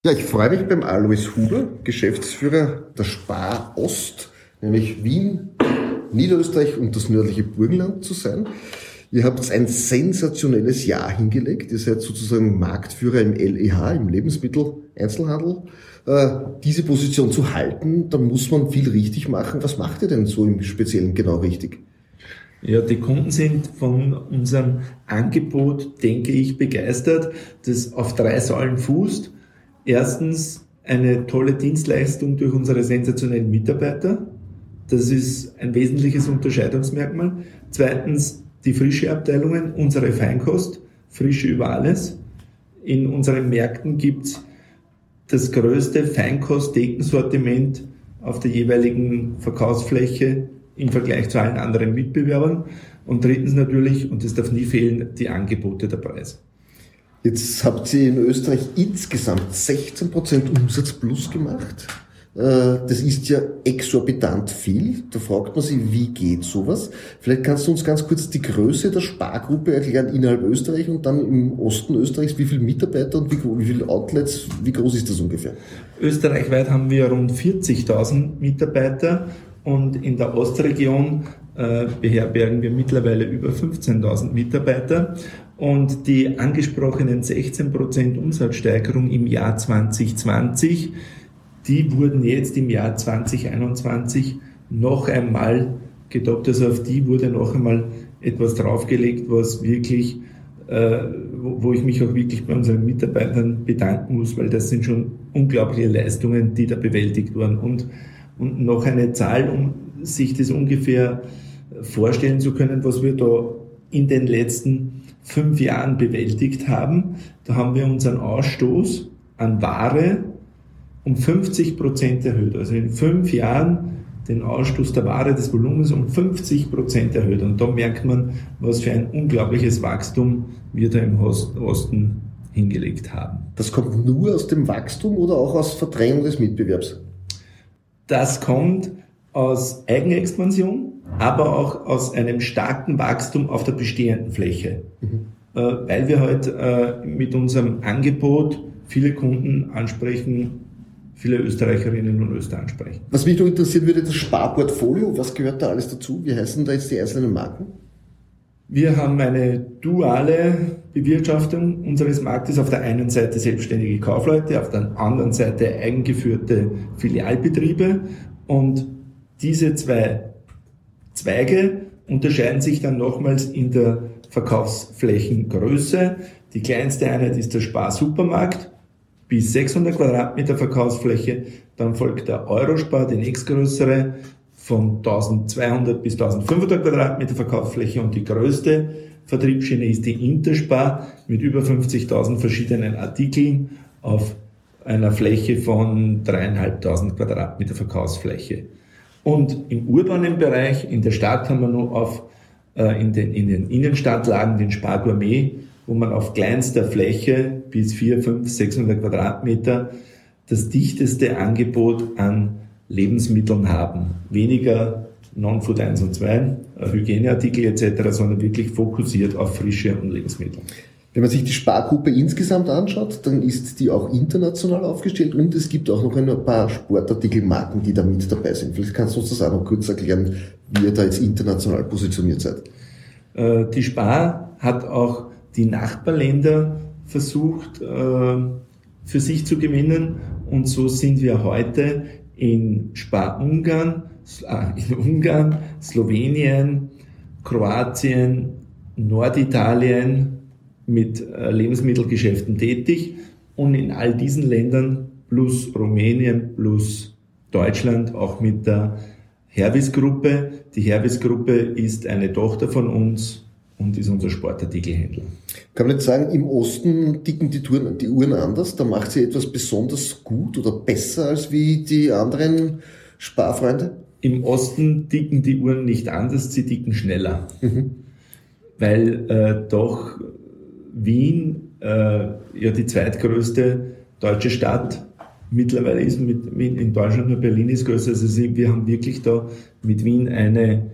Ja, ich freue mich beim Alois Huber, Geschäftsführer der Spar Ost, nämlich Wien, Niederösterreich und das nördliche Burgenland zu sein. Ihr habt ein sensationelles Jahr hingelegt. Ihr seid sozusagen Marktführer im LEH, im Lebensmitteleinzelhandel. Diese Position zu halten, da muss man viel richtig machen. Was macht ihr denn so im Speziellen genau richtig? Ja, die Kunden sind von unserem Angebot, denke ich, begeistert, das auf 3 Säulen fußt. Erstens eine tolle Dienstleistung durch unsere sensationellen Mitarbeiter. Das ist ein wesentliches Unterscheidungsmerkmal. Zweitens die frische Abteilungen, unsere Feinkost, Frische über alles. In unseren Märkten gibt's das größte Feinkost-Theken-Sortiment auf der jeweiligen Verkaufsfläche im Vergleich zu allen anderen Mitbewerbern. Und drittens natürlich, und das darf nie fehlen, die Angebote der Preise. Jetzt habt ihr in Österreich insgesamt 16% Umsatz plus gemacht. Das ist ja exorbitant viel. Da fragt man sich, wie geht sowas? Vielleicht kannst du uns ganz kurz die Größe der Spargruppe erklären innerhalb Österreich und dann im Osten Österreichs, wie viele Mitarbeiter und wie viele Outlets, wie groß ist das ungefähr? Österreichweit haben wir rund 40.000 Mitarbeiter und in der Ostregion beherbergen wir mittlerweile über 15.000 Mitarbeiter. Und die angesprochenen 16% Umsatzsteigerung im Jahr 2020, die wurden jetzt im Jahr 2021 noch einmal getoppt. Also auf die wurde noch einmal etwas draufgelegt, was wirklich, wo ich mich auch wirklich bei unseren Mitarbeitern bedanken muss, weil das sind schon unglaubliche Leistungen, die da bewältigt wurden. Und noch eine Zahl, um sich das ungefähr vorstellen zu können, was wir da in den letzten 5 Jahren bewältigt haben. Da haben wir unseren Ausstoß an Ware um 50% erhöht. Also in 5 Jahren den Ausstoß der Ware, des Volumens um 50% erhöht. Und da merkt man, was für ein unglaubliches Wachstum wir da im Osten hingelegt haben. Das kommt nur aus dem Wachstum oder auch aus Verdrängung des Mitbewerbs? Das kommt aus Eigenexpansion, aber auch aus einem starken Wachstum auf der bestehenden Fläche. Weil wir halt mit unserem Angebot viele Kunden ansprechen, viele Österreicherinnen und Österreicher ansprechen. Was mich noch interessieren würde, das Sparportfolio, was gehört da alles dazu? Wie heißen da jetzt die einzelnen Marken? Wir haben eine duale Bewirtschaftung unseres Marktes. Auf der einen Seite selbstständige Kaufleute, auf der anderen Seite eigengeführte Filialbetriebe. Und diese 2 Zweige unterscheiden sich dann nochmals in der Verkaufsflächengröße. Die kleinste Einheit ist der Spar-Supermarkt, bis 600 Quadratmeter Verkaufsfläche. Dann folgt der Eurospar, die nächstgrößere, von 1200 bis 1500 Quadratmeter Verkaufsfläche. Und die größte Vertriebsschiene ist die Interspar mit über 50.000 verschiedenen Artikeln auf einer Fläche von 3.500 Quadratmeter Verkaufsfläche. Und im urbanen Bereich, in der Stadt, haben wir nur in den Innenstadtlagen den Spar Gourmet, wo man auf kleinster Fläche bis 400, 500, 600 Quadratmeter das dichteste Angebot an Lebensmitteln haben. Weniger Non-Food 1 und 2, Hygieneartikel etc., sondern wirklich fokussiert auf Frische und Lebensmittel. Wenn man sich die Spargruppe insgesamt anschaut, dann ist die auch international aufgestellt und es gibt auch noch ein paar Sportartikelmarken, die da mit dabei sind. Vielleicht kannst du uns das auch noch kurz erklären, wie ihr da jetzt international positioniert seid. Die Spar hat auch die Nachbarländer versucht für sich zu gewinnen und so sind wir heute in Ungarn, Slowenien, Kroatien, Norditalien mit Lebensmittelgeschäften tätig und in all diesen Ländern plus Rumänien plus Deutschland auch mit der Hervis-Gruppe. Die Hervis-Gruppe ist eine Tochter von uns und ist unser Sportartikelhändler. Kann man jetzt sagen, im Osten ticken die Uhren anders? Da macht sie etwas besonders gut oder besser als wie die anderen Sparfreunde? Im Osten ticken die Uhren nicht anders, sie ticken schneller. Weil doch Wien ja die zweitgrößte deutsche Stadt mittlerweile ist. In Deutschland nur Berlin ist größer. Also wir haben wirklich da mit Wien eine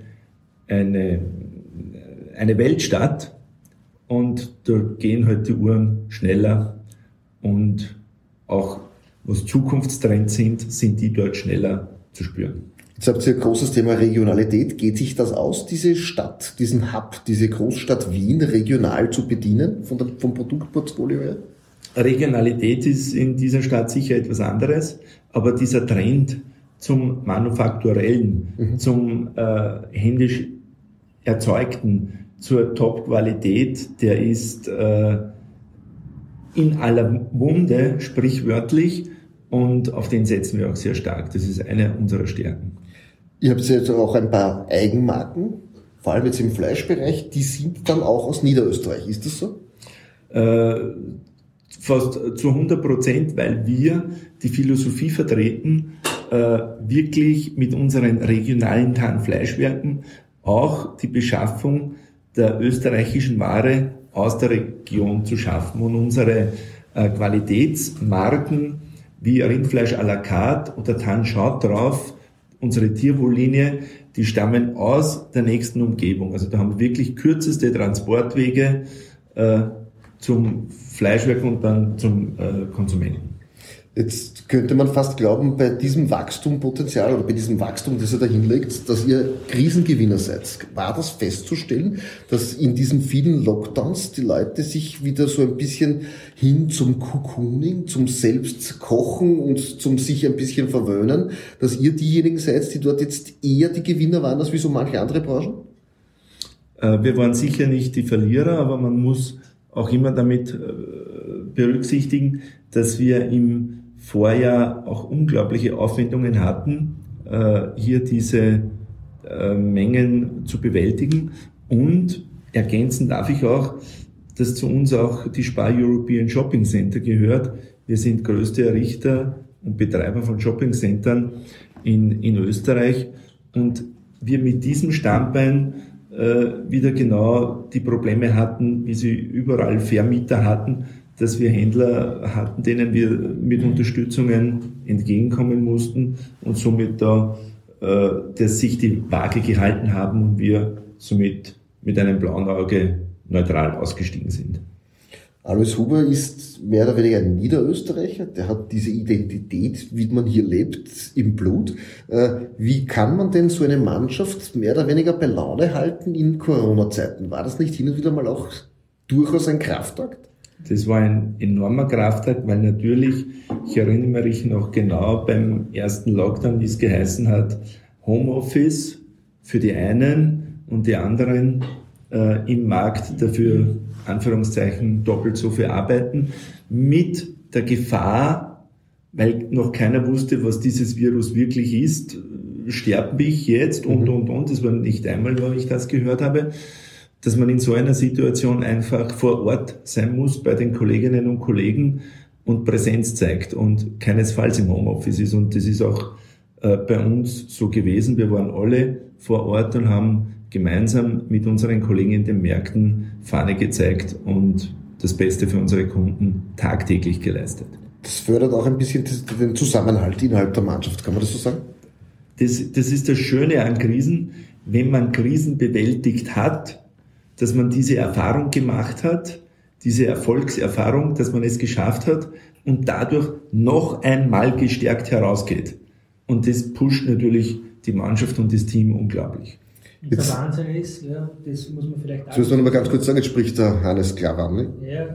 Weltstadt und da gehen halt die Uhren schneller und auch was Zukunftstrends sind die dort schneller zu spüren. Jetzt habt ihr ein großes Thema Regionalität. Geht sich das aus, diese Stadt, diesen Hub, diese Großstadt Wien regional zu bedienen, vom Produktportfolio her? Regionalität ist in dieser Stadt sicher etwas anderes, aber dieser Trend zum Manufakturellen, zum händisch Erzeugten, zur Top-Qualität, der ist in aller Munde, sprichwörtlich, und auf den setzen wir auch sehr stark. Das ist eine unserer Stärken. Ihr habt jetzt auch ein paar Eigenmarken, vor allem jetzt im Fleischbereich, die sind dann auch aus Niederösterreich. Ist das so? Fast zu 100%, weil wir die Philosophie vertreten, wirklich mit unseren regionalen Tarnfleischwerken auch die Beschaffung der österreichischen Ware aus der Region zu schaffen. Und unsere Qualitätsmarken wie Rindfleisch à la carte oder Tan schaut drauf, unsere Tierwohllinie, die stammen aus der nächsten Umgebung. Also da haben wir wirklich kürzeste Transportwege zum Fleischwerk und dann zum Konsumenten. Jetzt könnte man fast glauben, bei diesem Wachstumspotenzial oder bei diesem Wachstum, das ihr da hinlegt, dass ihr Krisengewinner seid. War das festzustellen, dass in diesen vielen Lockdowns die Leute sich wieder so ein bisschen hin zum Cocooning, zum Selbstkochen und zum sich ein bisschen verwöhnen, dass ihr diejenigen seid, die dort jetzt eher die Gewinner waren als wie so manche andere Branchen? Wir waren sicher nicht die Verlierer, aber man muss auch immer damit berücksichtigen, dass wir im Vorjahr auch unglaubliche Aufwendungen hatten, hier diese Mengen zu bewältigen. Und ergänzen darf ich auch, dass zu uns auch die Spar European Shopping Center gehört. Wir sind größte Errichter und Betreiber von Shoppingcentern in Österreich. Und wir mit diesem Standbein wieder genau die Probleme hatten, wie sie überall Vermieter hatten, dass wir Händler hatten, denen wir mit Unterstützungen entgegenkommen mussten und somit da dass sich die Waage gehalten haben und wir somit mit einem blauen Auge neutral ausgestiegen sind. Alois Huber ist mehr oder weniger ein Niederösterreicher, der hat diese Identität, wie man hier lebt, im Blut. Wie kann man denn so eine Mannschaft mehr oder weniger bei Laune halten in Corona-Zeiten? War das nicht hin und wieder mal auch durchaus ein Kraftakt? Das war ein enormer Kraftakt, weil natürlich, ich erinnere mich noch genau beim ersten Lockdown, wie es geheißen hat, Homeoffice für die einen und die anderen im Markt dafür, Anführungszeichen, doppelt so viel arbeiten, mit der Gefahr, weil noch keiner wusste, was dieses Virus wirklich ist, sterbe ich jetzt und. Das war nicht einmal, wo ich das gehört habe, dass man in so einer Situation einfach vor Ort sein muss bei den Kolleginnen und Kollegen und Präsenz zeigt und keinesfalls im Homeoffice ist. Und das ist auch bei uns so gewesen. Wir waren alle vor Ort und haben gemeinsam mit unseren Kollegen in den Märkten Fahne gezeigt und das Beste für unsere Kunden tagtäglich geleistet. Das fördert auch ein bisschen den Zusammenhalt innerhalb der Mannschaft, kann man das so sagen? Das ist das Schöne an Krisen, wenn man Krisen bewältigt hat, dass man diese Erfahrung gemacht hat, diese Erfolgserfahrung, dass man es geschafft hat und dadurch noch einmal gestärkt herausgeht. Und das pusht natürlich die Mannschaft und das Team unglaublich. Der Wahnsinn ist, ja, das muss man vielleicht auch. Das muss man noch mal ganz kurz sagen, jetzt spricht der Hannes Klavanowitz.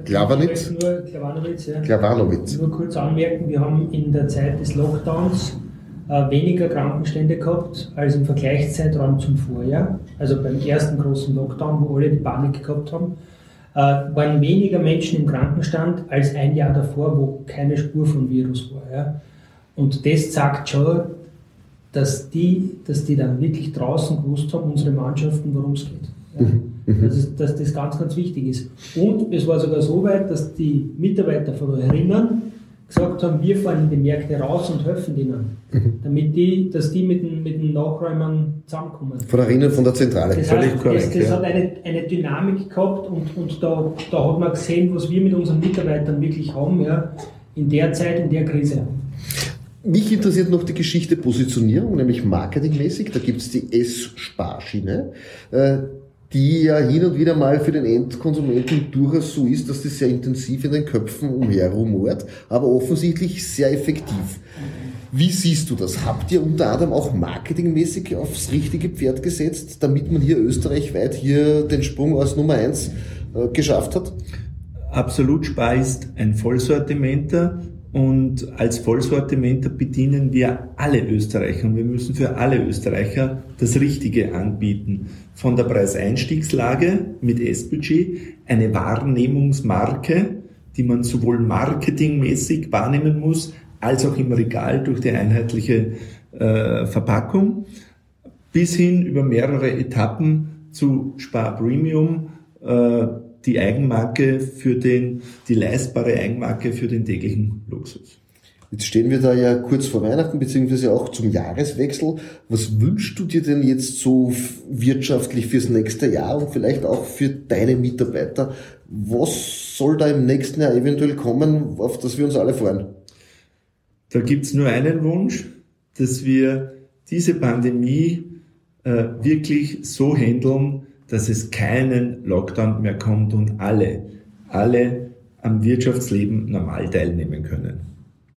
Klavanowitz. Nur kurz anmerken, wir haben in der Zeit des Lockdowns weniger Krankenstände gehabt als im Vergleichszeitraum zum Vorjahr. Also beim ersten großen Lockdown, wo alle die Panik gehabt haben, waren weniger Menschen im Krankenstand als ein Jahr davor, wo keine Spur von Virus war. Ja. Und das zeigt schon, dass die dann wirklich draußen gewusst haben, unsere Mannschaften, worum es geht. Ja. Dass das ganz, ganz wichtig ist. Und es war sogar so weit, dass die Mitarbeiter von Herinnen gesagt haben, wir fahren in die Märkte raus und helfen denen, dass die mit den Nachräumern zusammenkommen. Von Herinnen, von der Zentrale. Das heißt, das hat eine Dynamik gehabt und da hat man gesehen, was wir mit unseren Mitarbeitern wirklich haben, ja, in der Zeit, in der Krise. Mich interessiert noch die Geschichte Positionierung, nämlich marketingmäßig. Da gibt es die S-Sparschiene. die ja hin und wieder mal für den Endkonsumenten durchaus so ist, dass das sehr intensiv in den Köpfen umherrumort, aber offensichtlich sehr effektiv. Wie siehst du das? Habt ihr unter anderem auch marketingmäßig aufs richtige Pferd gesetzt, damit man hier österreichweit hier den Sprung aus Nummer 1 geschafft hat? Absolut, Spar ist ein Vollsortimenter und als Vollsortimenter bedienen wir alle Österreicher und wir müssen für alle Österreicher das Richtige anbieten. Von der Preiseinstiegslage mit S-Budget, eine Wahrnehmungsmarke, die man sowohl marketingmäßig wahrnehmen muss, als auch im Regal durch die einheitliche Verpackung, bis hin über mehrere Etappen zu Spar Premium, die Eigenmarke die leistbare Eigenmarke für den täglichen Luxus. Jetzt stehen wir da ja kurz vor Weihnachten, beziehungsweise auch zum Jahreswechsel. Was wünschst du dir denn jetzt so wirtschaftlich fürs nächste Jahr und vielleicht auch für deine Mitarbeiter? Was soll da im nächsten Jahr eventuell kommen, auf das wir uns alle freuen? Da gibt's nur einen Wunsch, dass wir diese Pandemie wirklich so handeln, dass es keinen Lockdown mehr kommt und alle am Wirtschaftsleben normal teilnehmen können.